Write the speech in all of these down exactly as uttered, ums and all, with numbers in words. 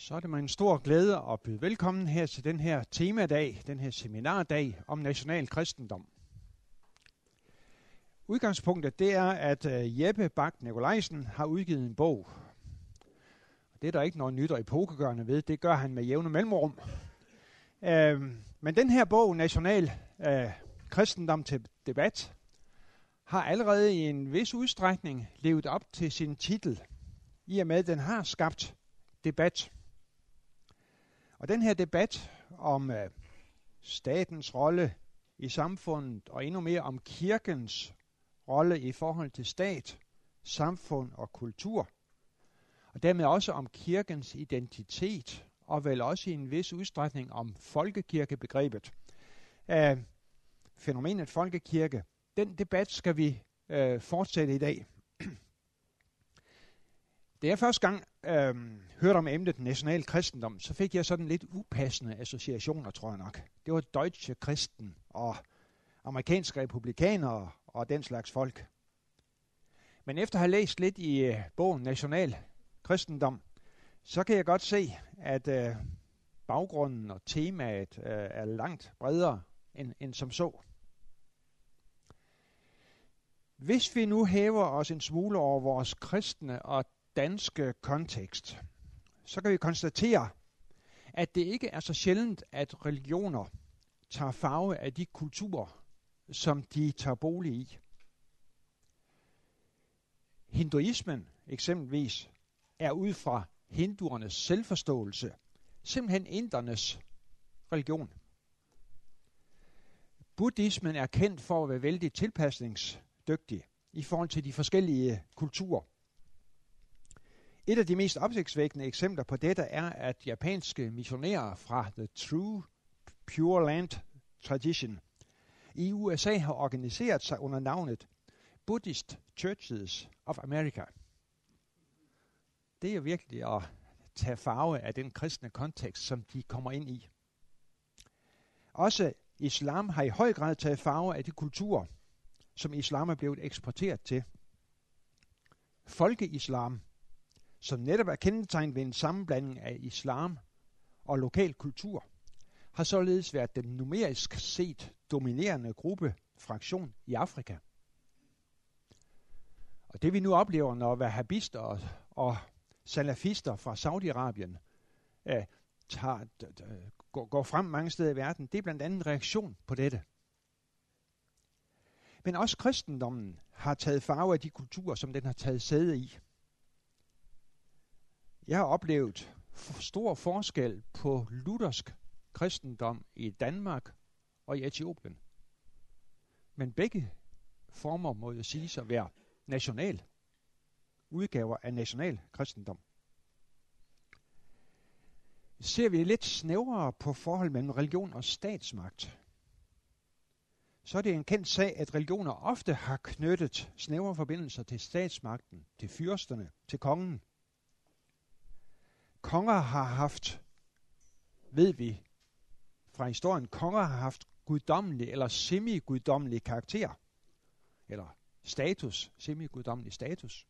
Så er det mig en stor glæde at byde velkommen her til den her temadag, den her seminardag om national kristendom. Udgangspunktet det er, at Jeppe Bak Nikolajsen har udgivet en bog. Det er der ikke noget nyt og epokegørende ved, det gør han med jævne mellemrum. Øh, men den her bog, National øh, Kristendom til Debat, har allerede i en vis udstrækning levet op til sin titel, i og med at den har skabt debat. Og den her debat om øh, statens rolle i samfundet, og endnu mere om kirkens rolle i forhold til stat, samfund og kultur, og dermed også om kirkens identitet, og vel også i en vis udstrækning om folkekirkebegrebet. Øh, fænomenet folkekirke, den debat skal vi øh, fortsætte i dag. Da jeg første gang øh, hørte om emnet national kristendom, så fik jeg sådan lidt upassende associationer, tror jeg nok. Det var deutsche kristen og amerikanske republikanere og den slags folk. Men efter at have læst lidt i øh, bogen National Kristendom, så kan jeg godt se, at øh, baggrunden og temaet øh, er langt bredere end, end som så. Hvis vi nu hæver os en smule over vores kristne og danske kontekst, så kan vi konstatere, at det ikke er så sjældent, at religioner tager farve af de kulturer, som de tager bolig i. Hinduismen eksempelvis er ud fra hinduernes selvforståelse simpelthen indernes religion. Buddhismen er kendt for at være vældig tilpasningsdygtig i forhold til de forskellige kulturer. Et af de mest opsigtsvækkende eksempler på dette er, at japanske missionærer fra The True Pure Land Tradition i U S A har organiseret sig under navnet Buddhist Churches of America. Det er jo virkelig at tage farve af den kristne kontekst, som de kommer ind i. Også islam har i høj grad taget farve af de kulturer, som islam er blevet eksporteret til. Folkeislam, som netop er kendetegnet ved en sammenblanding af islam og lokal kultur, har således været den numerisk set dominerende gruppe fraktion i Afrika. Og det vi nu oplever, når wahhabister og, og salafister fra Saudi-Arabien øh, tager, d- d- går, går frem mange steder i verden, det er blandt andet en reaktion på dette. Men også kristendommen har taget farve af de kulturer, som den har taget sæde i. Jeg har oplevet stor forskel på luthersk kristendom i Danmark og i Etiopien. Men begge former må jo siges at være national udgaver af national kristendom. Ser vi lidt snævrere på forhold mellem religion og statsmagt, så er det en kendt sag, at religioner ofte har knyttet snævre forbindelser til statsmagten, til fyrsterne, til kongen. Konger har haft, ved vi fra historien, konger har haft guddommelig eller semi-guddommelig karakter, eller status, semi-guddommelig status.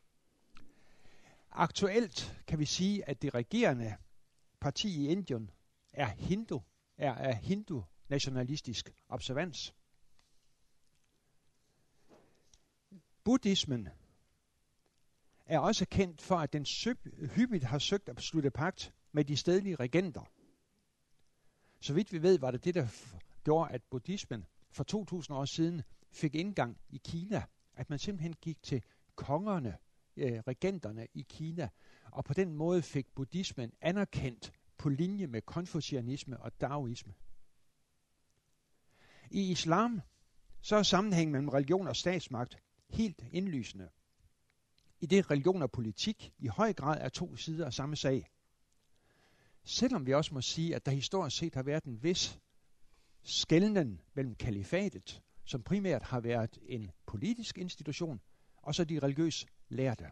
Aktuelt kan vi sige, at det regerende parti i Indien er hindu, er af hindu-nationalistisk observans. Buddhismen er også kendt for, at den hyppigt har søgt at slutte pagt med de stedlige regenter. Så vidt vi ved, var det det, der f- gjorde, at buddhismen for to tusind år siden fik indgang i Kina. At man simpelthen gik til kongerne, øh, regenterne i Kina, og på den måde fik buddhismen anerkendt på linje med konfucianisme og daoisme. I islam så er sammenhængen mellem religion og statsmagt helt indlysende. I det religion og politik i høj grad er to sider af samme sag. Selvom vi også må sige, at der historisk set har været en vis skelnen mellem kalifatet, som primært har været en politisk institution, og så de religiøse lærde.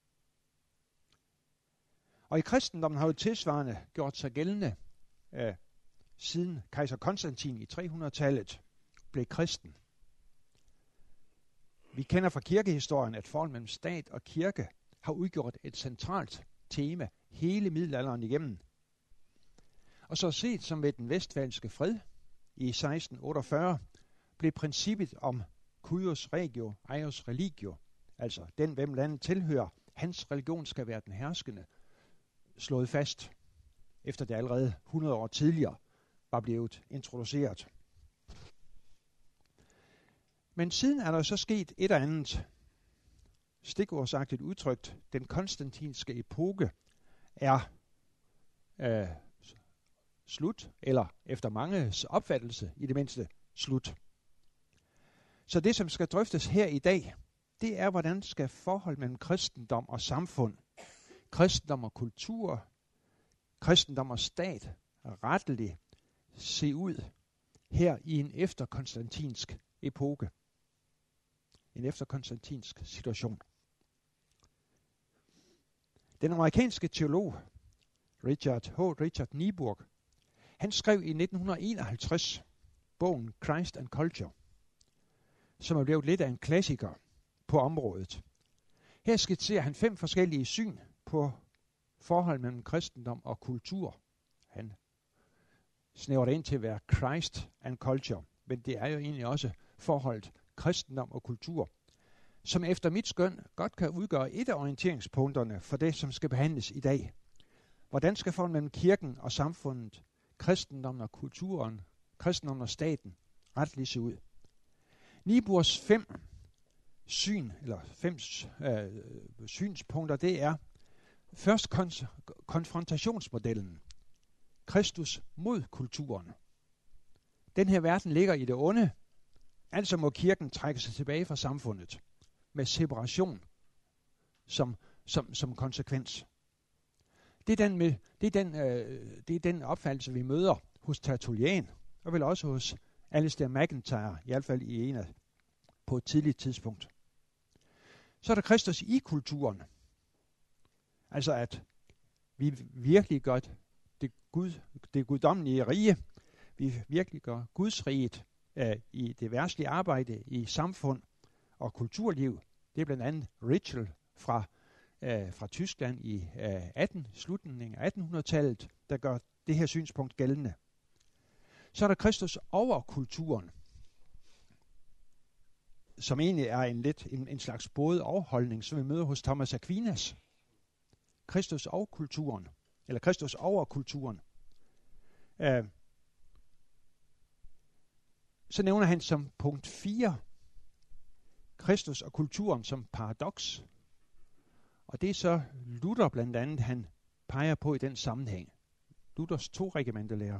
Og i kristendommen har jo tilsvarende gjort sig gældende, øh, siden kejser Konstantin i tre hundrede-tallet blev kristen. Vi kender fra kirkehistorien, at forholdet mellem stat og kirke har udgjort et centralt tema hele middelalderen igennem. Og så set som ved den vestfalske fred i seksten otteogfyrre, blev princippet om cuius regio, eius religio, altså den, hvem landet tilhører, hans religion skal være den herskende, slået fast, efter det allerede hundrede år tidligere var blevet introduceret. Men siden er der så sket et eller andet, stikordsagtigt udtrykt, den konstantinske epoke er øh, slut, eller efter manges opfattelse i det mindste slut. Så det, som skal drøftes her i dag, det er, hvordan skal forhold mellem kristendom og samfund, kristendom og kultur, kristendom og stat retteligt se ud her i en efterkonstantinsk epoke. En efterkonstantinsk situation. Den amerikanske teolog Richard H. Richard Niebuhr, han skrev i nitten enoghalvtreds bogen Christ and Culture, som er blevet lidt af en klassiker på området. Her skitserer han fem forskellige syn på forhold mellem kristendom og kultur. Han snæver det ind til at være Christ and Culture, men det er jo egentlig også forholdet kristendom og kultur, som efter mit skøn godt kan udgøre et af orienteringspunkterne for det, som skal behandles i dag. Hvordan skal forholdet mellem kirken og samfundet, kristendommen og kulturen, kristendommen og staten retligt se ud? Niebuhrs fem syn, eller fem øh, synspunkter, det er først kon- konfrontationsmodellen. Kristus mod kulturen. Den her verden ligger i det onde, altså må kirken trække sig tilbage fra samfundet med separation som, som, som konsekvens. Det er den, med, det er den, øh, det er den opfattelse, vi møder hos Tertullian, og vel også hos Alistair MacIntyre, i hvert fald i en af, på et tidligt tidspunkt. Så er der Kristus i kulturen. Altså at vi virkelig gør det, Gud, det guddommelige rige, vi virkelig gør Guds riget øh, i det verdslige arbejde, i samfund og kulturliv. Det er blandt andet Ritschl fra, øh, fra Tyskland i øh, atten, slutningen af attenhundredetallet, der gør det her synspunkt gældende. Så er der Kristus over kulturen, som egentlig er en lidt en, en slags både afholdning, som vi møder hos Thomas Aquinas. Kristus og kulturen, eller Kristus over kulturen. Uh, så nævner han som punkt fire, Kristus og kulturen som paradoks. Og det er så Luther blandt andet, han peger på i den sammenhæng. Luthers to regimentelærer.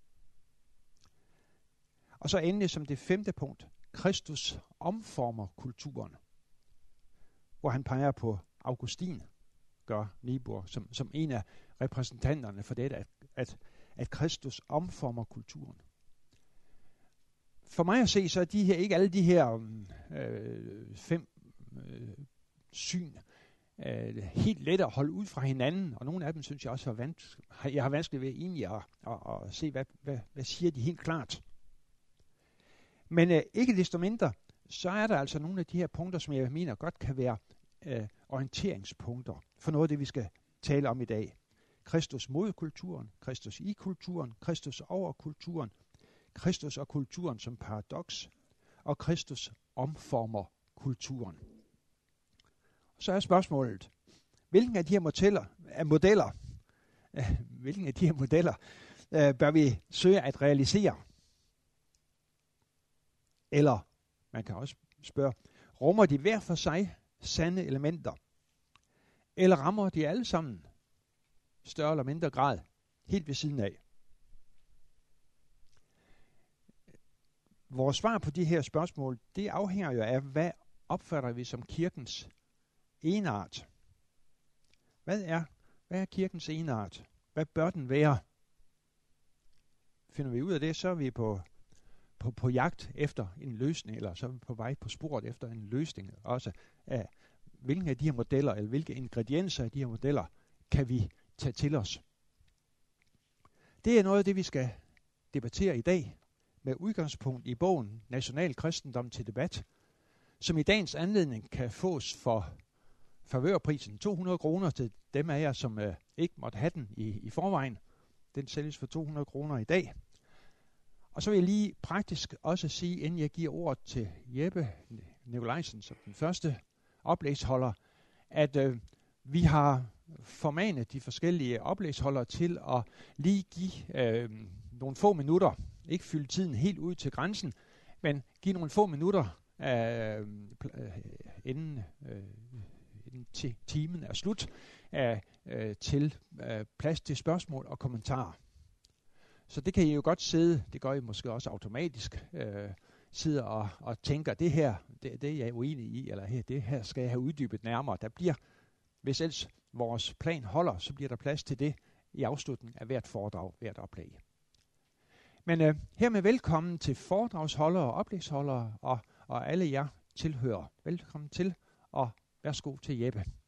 Og så endelig som det femte punkt, Kristus omformer kulturen, hvor han peger på Augustin, gør Niebuhr, som, som en af repræsentanterne for det, at, at, at Kristus omformer kulturen. For mig at se, så er de her, ikke alle de her øh, fem øh, syn øh, helt let at holde ud fra hinanden, og nogle af dem synes jeg også, var vans- jeg har vanskeligt ved egentlig at, at, at se, hvad, hvad, hvad siger de helt klart. Men øh, ikke desto mindre, så er der altså nogle af de her punkter, som jeg mener godt kan være øh, orienteringspunkter for noget af det, vi skal tale om i dag. Kristus mod kulturen, Kristus i kulturen, Kristus over kulturen, Kristus og kulturen som paradoks, og Kristus omformer kulturen. Så er spørgsmålet, hvilken af de her modeller, af modeller øh, hvilken af de her modeller øh, bør vi søge at realisere? Eller, man kan også spørge, rummer de hver for sig sande elementer? Eller rammer de alle sammen, større eller mindre grad, helt ved siden af? Vores svar på de her spørgsmål, det afhænger jo af, hvad opfatter vi som kirkens enart? Hvad er, hvad er kirkens enart? Hvad bør den være? Finder vi ud af det, så er vi på På, på jagt efter en løsning, eller så er vi på vej på sporet efter en løsning også af, hvilke af de her modeller, eller hvilke ingredienser af de her modeller, kan vi tage til os. Det er noget af det, vi skal debattere i dag, med udgangspunkt i bogen National Kristendom til debat, som i dagens anledning kan fås for favørprisen to hundrede kroner til dem af jer, som uh, ikke måtte have den i, i forvejen. Den sælges for to hundrede kroner i dag. Og så vil jeg lige praktisk også sige, inden jeg giver ordet til Jeppe Nikolajsen som den første oplægsholder, at øh, vi har formanet de forskellige oplægsholdere til at lige give øh, nogle få minutter, ikke fylde tiden helt ud til grænsen, men give nogle få minutter øh, øh, inden, øh, inden t- timen er slut øh, øh, til øh, plads til spørgsmål og kommentarer. Så det kan I jo godt sidde, det gør I måske også automatisk, øh, sidder og, og tænker, det her, det, det er jeg uenig i, eller her, det her skal jeg have uddybet nærmere. Der bliver, hvis ellers vores plan holder, så bliver der plads til det i afslutningen af hvert foredrag, hvert oplæg. Men øh, hermed velkommen til foredragsholdere, oplægsholdere og, og alle jer tilhører. Velkommen til, og værsgo til Jeppe.